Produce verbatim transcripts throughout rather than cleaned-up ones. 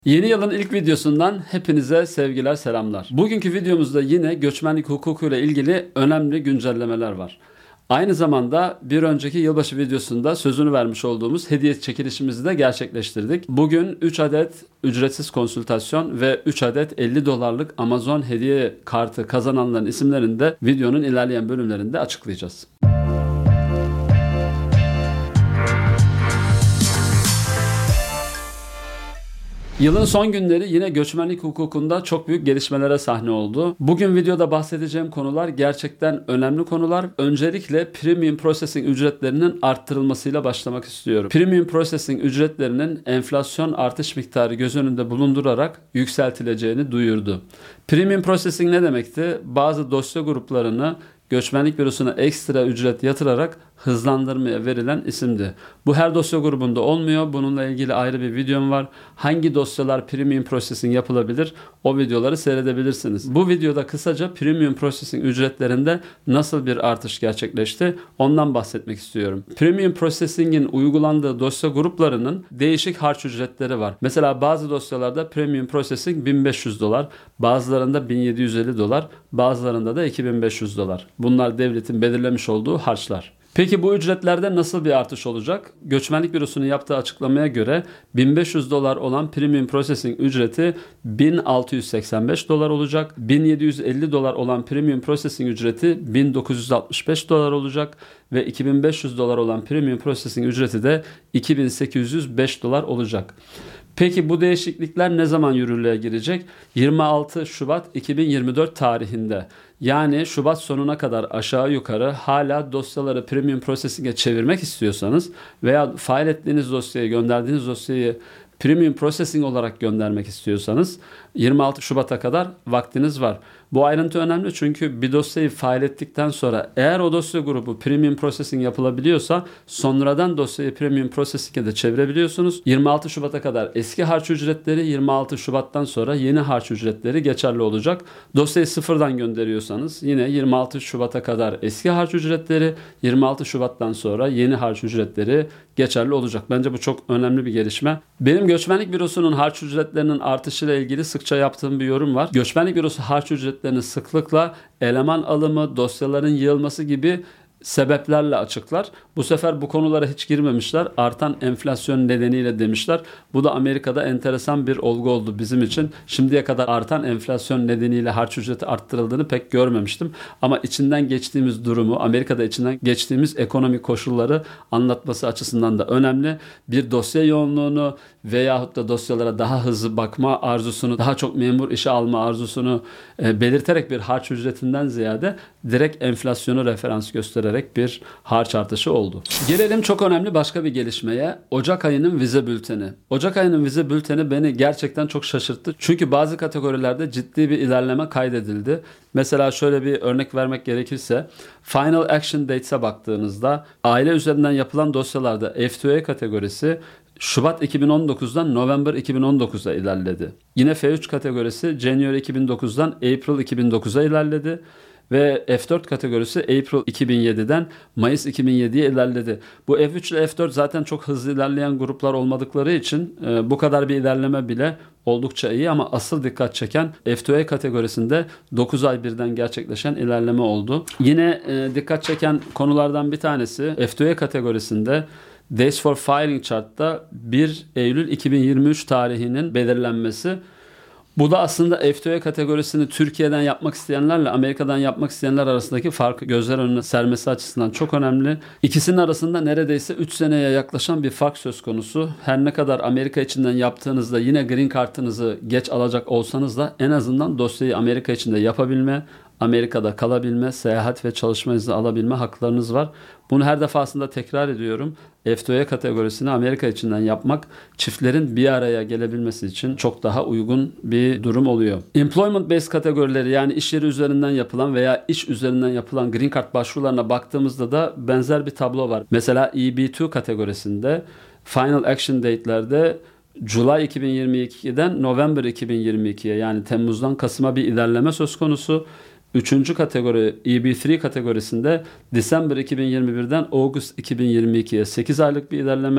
Yeni yılın ilk videosundan hepinize sevgiler, selamlar. Bugünkü videomuzda yine göçmenlik hukuku ile ilgili önemli güncellemeler var. Aynı zamanda bir önceki yılbaşı videosunda sözünü vermiş olduğumuz hediye çekilişimizi de gerçekleştirdik. Bugün üç adet ücretsiz konsültasyon ve üç adet elli dolarlık Amazon hediye kartı kazananların isimlerini de videonun ilerleyen bölümlerinde açıklayacağız. Yılın son günleri yine göçmenlik hukukunda çok büyük gelişmelere sahne oldu. Bugün videoda bahsedeceğim konular gerçekten önemli konular. Öncelikle premium processing ücretlerinin arttırılmasıyla başlamak istiyorum. Premium processing ücretlerinin enflasyon artış miktarı göz önünde bulundurarak yükseltileceğini duyurdu. Premium processing ne demekti? Bazı dosya gruplarını Göçmenlik Bürosu'na ekstra ücret yatırarak hızlandırmaya verilen isimdi. Bu her dosya grubunda olmuyor. Bununla ilgili ayrı bir videom var. Hangi dosyalar premium processing yapılabilir? O videoları seyredebilirsiniz. Bu videoda kısaca premium processing ücretlerinde nasıl bir artış gerçekleşti? Ondan bahsetmek istiyorum. Premium processing'in uygulandığı dosya gruplarının değişik harç ücretleri var. Mesela bazı dosyalarda premium processing bin beş yüz dolar, bazılarında bin yedi yüz elli dolar, bazılarında da iki bin beş yüz dolar. Bunlar devletin belirlemiş olduğu harçlar. Peki bu ücretlerde nasıl bir artış olacak? Göçmenlik Bürosu'nun yaptığı açıklamaya göre bin beş yüz dolar olan premium processing ücreti bin altı yüz seksen beş dolar olacak. bin yedi yüz elli dolar olan premium processing ücreti bin dokuz yüz altmış beş dolar olacak ve iki bin beş yüz dolar olan premium processing ücreti de iki bin sekiz yüz beş dolar olacak. Peki bu değişiklikler ne zaman yürürlüğe girecek? yirmi altı Şubat iki bin yirmi dört tarihinde. Yani Şubat sonuna kadar aşağı yukarı hala dosyaları premium processing'e çevirmek istiyorsanız veya fail ettiğiniz dosyayı, gönderdiğiniz dosyayı premium processing olarak göndermek istiyorsanız yirmi altı Şubat'a kadar vaktiniz var. Bu ayrıntı önemli çünkü bir dosyayı fail ettikten sonra eğer o dosya grubu premium processing yapılabiliyorsa sonradan dosyayı premium processing'e de çevirebiliyorsunuz. yirmi altı Şubat'a kadar eski harç ücretleri, yirmi altı Şubat'tan sonra yeni harç ücretleri geçerli olacak. Dosyayı sıfırdan gönderiyorsanız yine yirmi altı Şubat'a kadar eski harç ücretleri, yirmi altı Şubat'tan sonra yeni harç ücretleri geçerli olacak. Bence bu çok önemli bir gelişme. Benim Göçmenlik Bürosu'nun harç ücretlerinin artışıyla ilgili sıkça yaptığım bir yorum var. Göçmenlik Bürosu harç ücretlerini sıklıkla eleman alımı, dosyaların yığılması gibi sebeplerle açıklar. Bu sefer bu konulara hiç girmemişler. Artan enflasyon nedeniyle demişler. Bu da Amerika'da enteresan bir olgu oldu bizim için. Şimdiye kadar artan enflasyon nedeniyle harç ücreti arttırıldığını pek görmemiştim. Ama içinden geçtiğimiz durumu, Amerika'da içinden geçtiğimiz ekonomik koşulları anlatması açısından da önemli. Bir dosya yoğunluğunu veyahut da dosyalara daha hızlı bakma arzusunu, daha çok memur işe alma arzusunu e, belirterek bir harç ücretinden ziyade direkt enflasyonu referans göstererek bir harç artışı oldu. Gelelim çok önemli başka bir gelişmeye. Ocak ayının vize bülteni. Ocak ayının vize bülteni beni gerçekten çok şaşırttı. Çünkü bazı kategorilerde ciddi bir ilerleme kaydedildi. Mesela şöyle bir örnek vermek gerekirse Final Action Dates'e baktığınızda aile üzerinden yapılan dosyalarda F iki A kategorisi Şubat iki bin on dokuzdan November iki bin on dokuza ilerledi. Yine F üç kategorisi January iki bin dokuzdan April iki bin dokuza ilerledi. Ve F dört kategorisi April iki bin yediden Mayıs iki bin yediye ilerledi. Bu F üç ile F dört zaten çok hızlı ilerleyen gruplar olmadıkları için e, bu kadar bir ilerleme bile oldukça iyi ama asıl dikkat çeken F iki A kategorisinde dokuz ay birden gerçekleşen ilerleme oldu. Yine e, dikkat çeken konulardan bir tanesi F iki A kategorisinde Days for Filing Chart'ta bir Eylül iki bin yirmi üç tarihinin belirlenmesi. Bu da aslında F iki A kategorisini Türkiye'den yapmak isteyenlerle Amerika'dan yapmak isteyenler arasındaki farkı gözler önüne sermesi açısından çok önemli. İkisinin arasında neredeyse üç seneye yaklaşan bir fark söz konusu. Her ne kadar Amerika içinden yaptığınızda yine green kartınızı geç alacak olsanız da en azından dosyayı Amerika içinde yapabilme, Amerika'da kalabilme, seyahat ve çalışma izni alabilme haklarınız var. Bunu her defasında tekrar ediyorum. F iki A kategorisini Amerika içinden yapmak çiftlerin bir araya gelebilmesi için çok daha uygun bir durum oluyor. Employment based kategorileri yani iş yeri üzerinden yapılan veya iş üzerinden yapılan green card başvurularına baktığımızda da benzer bir tablo var. Mesela E B iki kategorisinde Final Action Date'lerde July iki bin yirmi ikiden November iki bin yirmi ikiye yani Temmuz'dan Kasım'a bir ilerleme söz konusu. Üçüncü kategori E B üç kategorisinde December iki bin yirmi birden August iki bin yirmi ikiye sekiz aylık bir ilerleme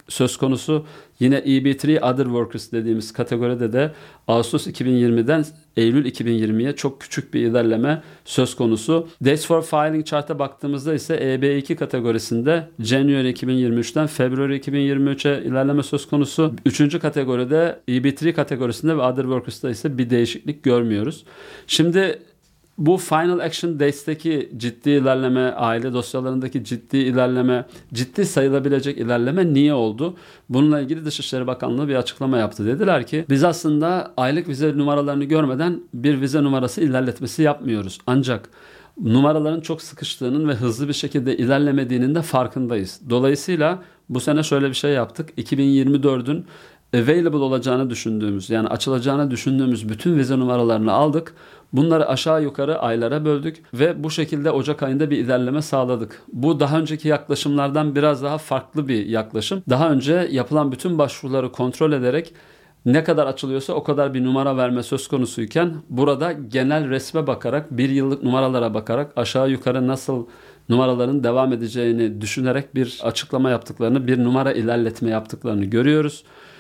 söz konusu. Yine E B üç Other Workers dediğimiz kategoride de Ağustos iki bin yirmiden Eylül iki bin yirmiye çok küçük bir ilerleme söz konusu. Dates for Filing Chart'a baktığımızda ise E B iki kategorisinde January iki bin yirmi üçten February iki bin yirmi üçe ilerleme söz konusu. Üçüncü kategoride E B üç kategorisinde ve Other Workers'ta ise bir değişiklik görmüyoruz. Şimdi bu Final Action Dates'teki ciddi ilerleme, aile dosyalarındaki ciddi ilerleme, ciddi sayılabilecek ilerleme niye oldu? Bununla ilgili Dışişleri Bakanlığı bir açıklama yaptı. Dediler ki biz aslında aylık vize numaralarını görmeden bir vize numarası ilerletmesi yapmıyoruz. Ancak numaraların çok sıkıştığının ve hızlı bir şekilde ilerlemediğinin de farkındayız. Dolayısıyla bu sene şöyle bir şey yaptık. iki bin yirmi dördün available olacağını düşündüğümüz, yani açılacağını düşündüğümüz bütün vize numaralarını aldık. Bunları aşağı yukarı aylara böldük ve bu şekilde Ocak ayında bir ilerleme sağladık. Bu daha önceki yaklaşımlardan biraz daha farklı bir yaklaşım. Daha önce yapılan bütün başvuruları kontrol ederek ne kadar açılıyorsa o kadar bir numara verme söz konusuyken burada genel resme bakarak, bir yıllık numaralara bakarak aşağı yukarı nasıl numaraların devam edeceğini düşünerek bir açıklama yaptıklarını, bir numara ilerletme yaptıklarını görüyoruz.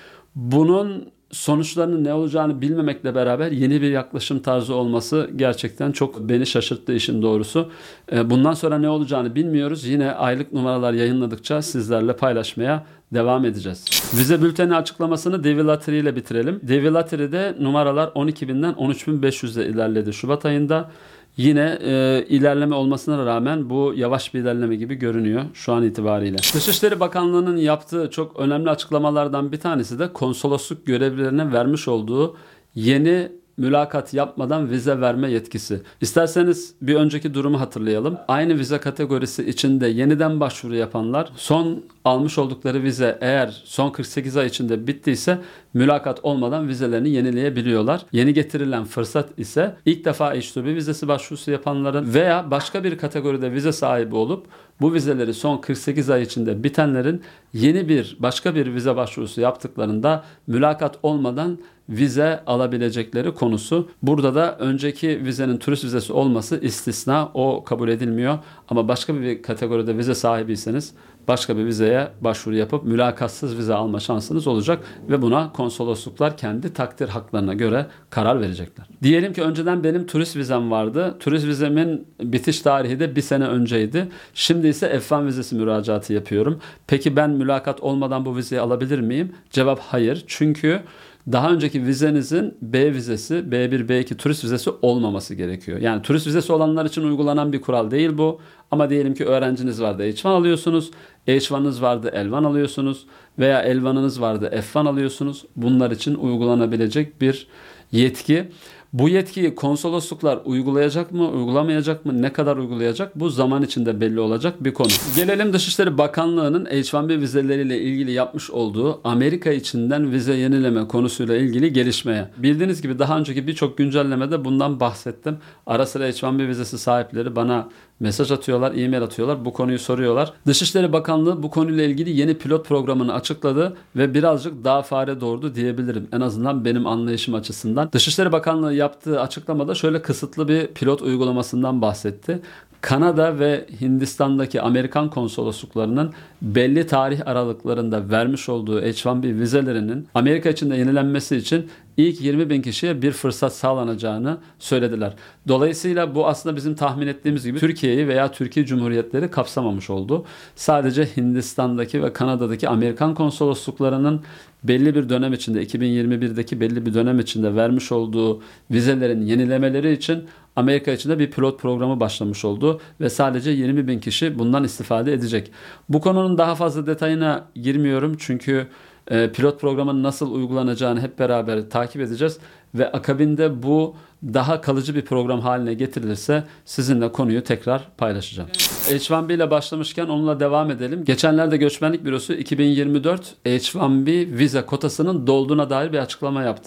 Bunun sonuçlarının ne olacağını bilmemekle beraber yeni bir yaklaşım tarzı olması gerçekten çok beni şaşırttı işin doğrusu. Bundan sonra ne olacağını bilmiyoruz. Yine aylık numaralar yayınladıkça sizlerle paylaşmaya devam edeceğiz. Vize bülteni açıklamasını Devilatri ile bitirelim. Devilatri'de numaralar on iki binden on üç bin beş yüze ilerledi Şubat ayında. Yine e, ilerleme olmasına rağmen bu yavaş bir ilerleme gibi görünüyor şu an itibariyle. Dışişleri Bakanlığı'nın yaptığı çok önemli açıklamalardan bir tanesi de konsolosluk görevlilerine vermiş olduğu yeni mülakat yapmadan vize verme yetkisi. İsterseniz bir önceki durumu hatırlayalım. Aynı vize kategorisi içinde yeniden başvuru yapanlar son almış oldukları vize eğer son kırk sekiz ay içinde bittiyse mülakat olmadan vizelerini yenileyebiliyorlar. Yeni getirilen fırsat ise ilk defa H iki B vizesi başvurusu yapanların veya başka bir kategoride vize sahibi olup bu vizeleri son kırk sekiz ay içinde bitenlerin yeni bir başka bir vize başvurusu yaptıklarında mülakat olmadan vize alabilecekleri konusu. Burada da önceki vizenin turist vizesi olması istisna, o kabul edilmiyor. Ama başka bir kategoride vize sahibiyseniz başka bir vizeye başvuru yapıp mülakatsız vize alma şansınız olacak ve buna konsolosluklar kendi takdir haklarına göre karar verecekler. Diyelim ki önceden benim turist vizem vardı. Turist vizemin bitiş tarihi de bir sene önceydi. Şimdi ise F bir vizesi müracaatı yapıyorum. Peki ben mülakat olmadan bu vizeyi alabilir miyim? Cevap hayır. Çünkü daha önceki vizenizin B vizesi, B bir, B iki turist vizesi olmaması gerekiyor. Yani turist vizesi olanlar için uygulanan bir kural değil bu. Ama diyelim ki öğrenciniz vardı, H bir alıyorsunuz. H bir'ınız vardı, L bir alıyorsunuz. Veya L bir'ınız vardı, F bir alıyorsunuz. Bunlar için uygulanabilecek bir yetki. Bu yetkiyi konsolosluklar uygulayacak mı, uygulamayacak mı, ne kadar uygulayacak? Bu zaman içinde belli olacak bir konu. Gelelim Dışişleri Bakanlığı'nın H bir B vizeleriyle ilgili yapmış olduğu Amerika içinden vize yenileme konusuyla ilgili gelişmeye. Bildiğiniz gibi daha önceki birçok güncellemede bundan bahsettim. Ara sıra H bir B vizesi sahipleri bana mesaj atıyorlar, e-mail atıyorlar, bu konuyu soruyorlar. Dışişleri Bakanlığı bu konuyla ilgili yeni pilot programını açıkladı ve birazcık daha fare doğurdu diyebilirim. En azından benim anlayışım açısından. Dışişleri Bakanlığı yaptığı açıklamada şöyle kısıtlı bir pilot uygulamasından bahsetti. Kanada ve Hindistan'daki Amerikan konsolosluklarının belli tarih aralıklarında vermiş olduğu H bir B vizelerinin Amerika içinde yenilenmesi için ilk yirmi bin kişiye bir fırsat sağlanacağını söylediler. Dolayısıyla bu aslında bizim tahmin ettiğimiz gibi Türkiye'yi veya Türkiye Cumhuriyetleri kapsamamış oldu. Sadece Hindistan'daki ve Kanada'daki Amerikan konsolosluklarının belli bir dönem içinde, iki bin yirmi birdeki belli bir dönem içinde vermiş olduğu vizelerin yenilemeleri için Amerika içinde bir pilot programı başlamış oldu ve sadece yirmi bin kişi bundan istifade edecek. Bu konunun daha fazla detayına girmiyorum çünkü e, pilot programın nasıl uygulanacağını hep beraber takip edeceğiz ve akabinde bu daha kalıcı bir program haline getirilirse sizinle konuyu tekrar paylaşacağım. H bir B ile başlamışken onunla devam edelim. Geçenlerde Göçmenlik Bürosu iki bin yirmi dört H bir B vize kotasının dolduğuna dair bir açıklama yaptı.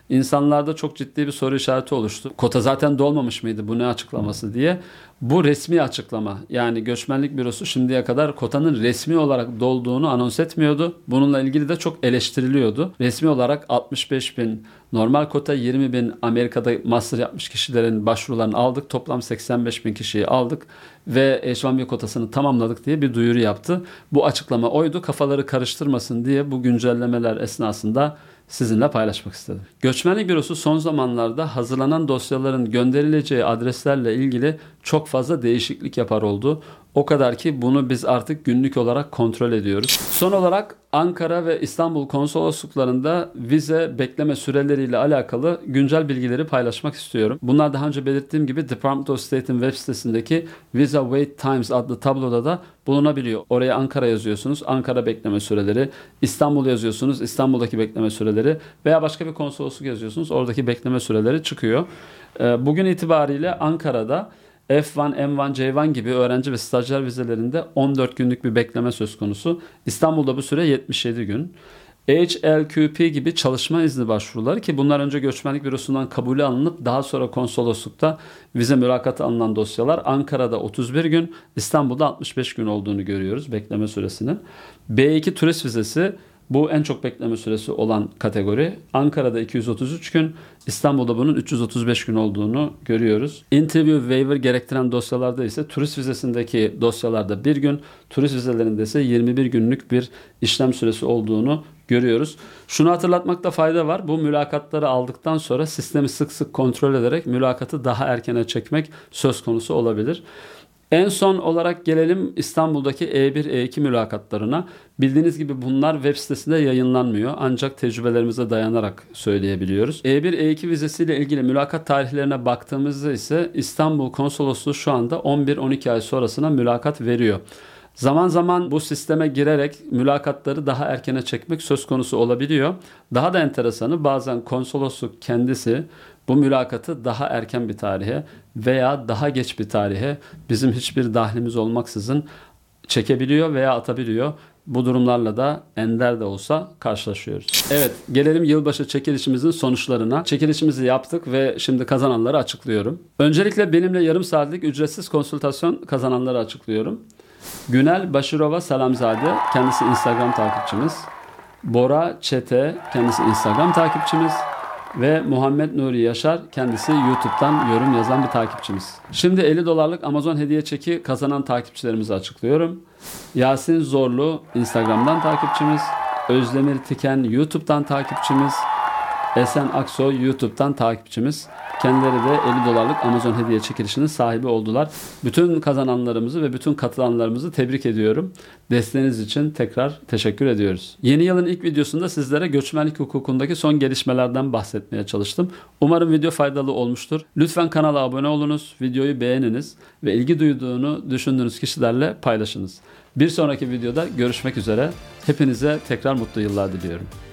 İnsanlarda çok ciddi bir soru işareti oluştu. Kota zaten dolmamış mıydı, bu ne açıklaması diye. Bu resmi açıklama. Yani Göçmenlik Bürosu şimdiye kadar kotanın resmi olarak dolduğunu anons etmiyordu. Bununla ilgili de çok eleştiriliyordu. Resmi olarak altmış beş bin, normal kota yirmi bin, Amerika'da master yapmış kişilerin başvurularını aldık. Toplam seksen beş bin kişiyi aldık ve H bir B kotasını tamamladık diye bir duyuru yaptı. Bu açıklama oydu. Kafaları karıştırmasın diye bu güncellemeler esnasında sizinle paylaşmak istedim. Göçmenlik Bürosu son zamanlarda hazırlanan dosyaların gönderileceği adreslerle ilgili çok fazla değişiklik yapar oldu. O kadar ki bunu biz artık günlük olarak kontrol ediyoruz. Son olarak Ankara ve İstanbul konsolosluklarında vize bekleme süreleriyle alakalı güncel bilgileri paylaşmak istiyorum. Bunlar daha önce belirttiğim gibi Department of State'in web sitesindeki Visa Wait Times adlı tabloda da bulunabiliyor. Oraya Ankara yazıyorsunuz, Ankara bekleme süreleri, İstanbul yazıyorsunuz, İstanbul'daki bekleme süreleri veya başka bir konsolosluk yazıyorsunuz, oradaki bekleme süreleri çıkıyor. Bugün itibariyle Ankara'da F bir, M bir, C bir gibi öğrenci ve stajyer vizelerinde on dört günlük bir bekleme söz konusu. İstanbul'da bu süre yetmiş yedi gün. H L Q P gibi çalışma izni başvuruları, ki bunlar önce Göçmenlik Bürosu'ndan kabulü alınıp daha sonra konsoloslukta vize mülakatı alınan dosyalar, Ankara'da otuz bir gün, İstanbul'da altmış beş gün olduğunu görüyoruz bekleme süresinin. B iki turist vizesi, bu en çok bekleme süresi olan kategori. Ankara'da iki yüz otuz üç gün, İstanbul'da bunun üç yüz otuz beş gün olduğunu görüyoruz. Interview waiver gerektiren dosyalarda ise turist vizesindeki dosyalarda bir gün, turist vizelerinde ise yirmi bir günlük bir işlem süresi olduğunu görüyoruz. Şunu hatırlatmakta fayda var. Bu mülakatları aldıktan sonra sistemi sık sık kontrol ederek mülakatı daha erkene çekmek söz konusu olabilir. En son olarak gelelim İstanbul'daki E bir E iki mülakatlarına. Bildiğiniz gibi bunlar web sitesinde yayınlanmıyor. Ancak tecrübelerimize dayanarak söyleyebiliyoruz. E bir E iki vizesiyle ilgili mülakat tarihlerine baktığımızda ise İstanbul Konsolosluğu şu anda on bir on iki ay sonrasına mülakat veriyor. Zaman zaman bu sisteme girerek mülakatları daha erkene çekmek söz konusu olabiliyor. Daha da enteresanı, bazen konsolosluk kendisi bu mülakatı daha erken bir tarihe veya daha geç bir tarihe bizim hiçbir dahlimiz olmaksızın çekebiliyor veya atabiliyor. Bu durumlarla da ender de olsa karşılaşıyoruz. Evet, gelelim yılbaşı çekilişimizin sonuçlarına. Çekilişimizi yaptık ve şimdi kazananları açıklıyorum. Öncelikle benimle yarım saatlik ücretsiz konsültasyon kazananları açıklıyorum. Günel Başirova Salamzade, kendisi Instagram takipçimiz. Bora Çete, kendisi Instagram takipçimiz. Ve Muhammed Nuri Yaşar, kendisi YouTube'dan yorum yazan bir takipçimiz. Şimdi elli dolarlık Amazon hediye çeki kazanan takipçilerimizi açıklıyorum. Yasin Zorlu Instagram'dan takipçimiz. Özdemir Tiken YouTube'dan takipçimiz. Esen Aksoy YouTube'dan takipçimiz. Kendileri de elli dolarlık Amazon hediye çekilişinin sahibi oldular. Bütün kazananlarımızı ve bütün katılanlarımızı tebrik ediyorum. Desteğiniz için tekrar teşekkür ediyoruz. Yeni yılın ilk videosunda sizlere göçmenlik hukukundaki son gelişmelerden bahsetmeye çalıştım. Umarım video faydalı olmuştur. Lütfen kanala abone olunuz, videoyu beğeniniz ve ilgi duyduğunu düşündüğünüz kişilerle paylaşınız. Bir sonraki videoda görüşmek üzere. Hepinize tekrar mutlu yıllar diliyorum.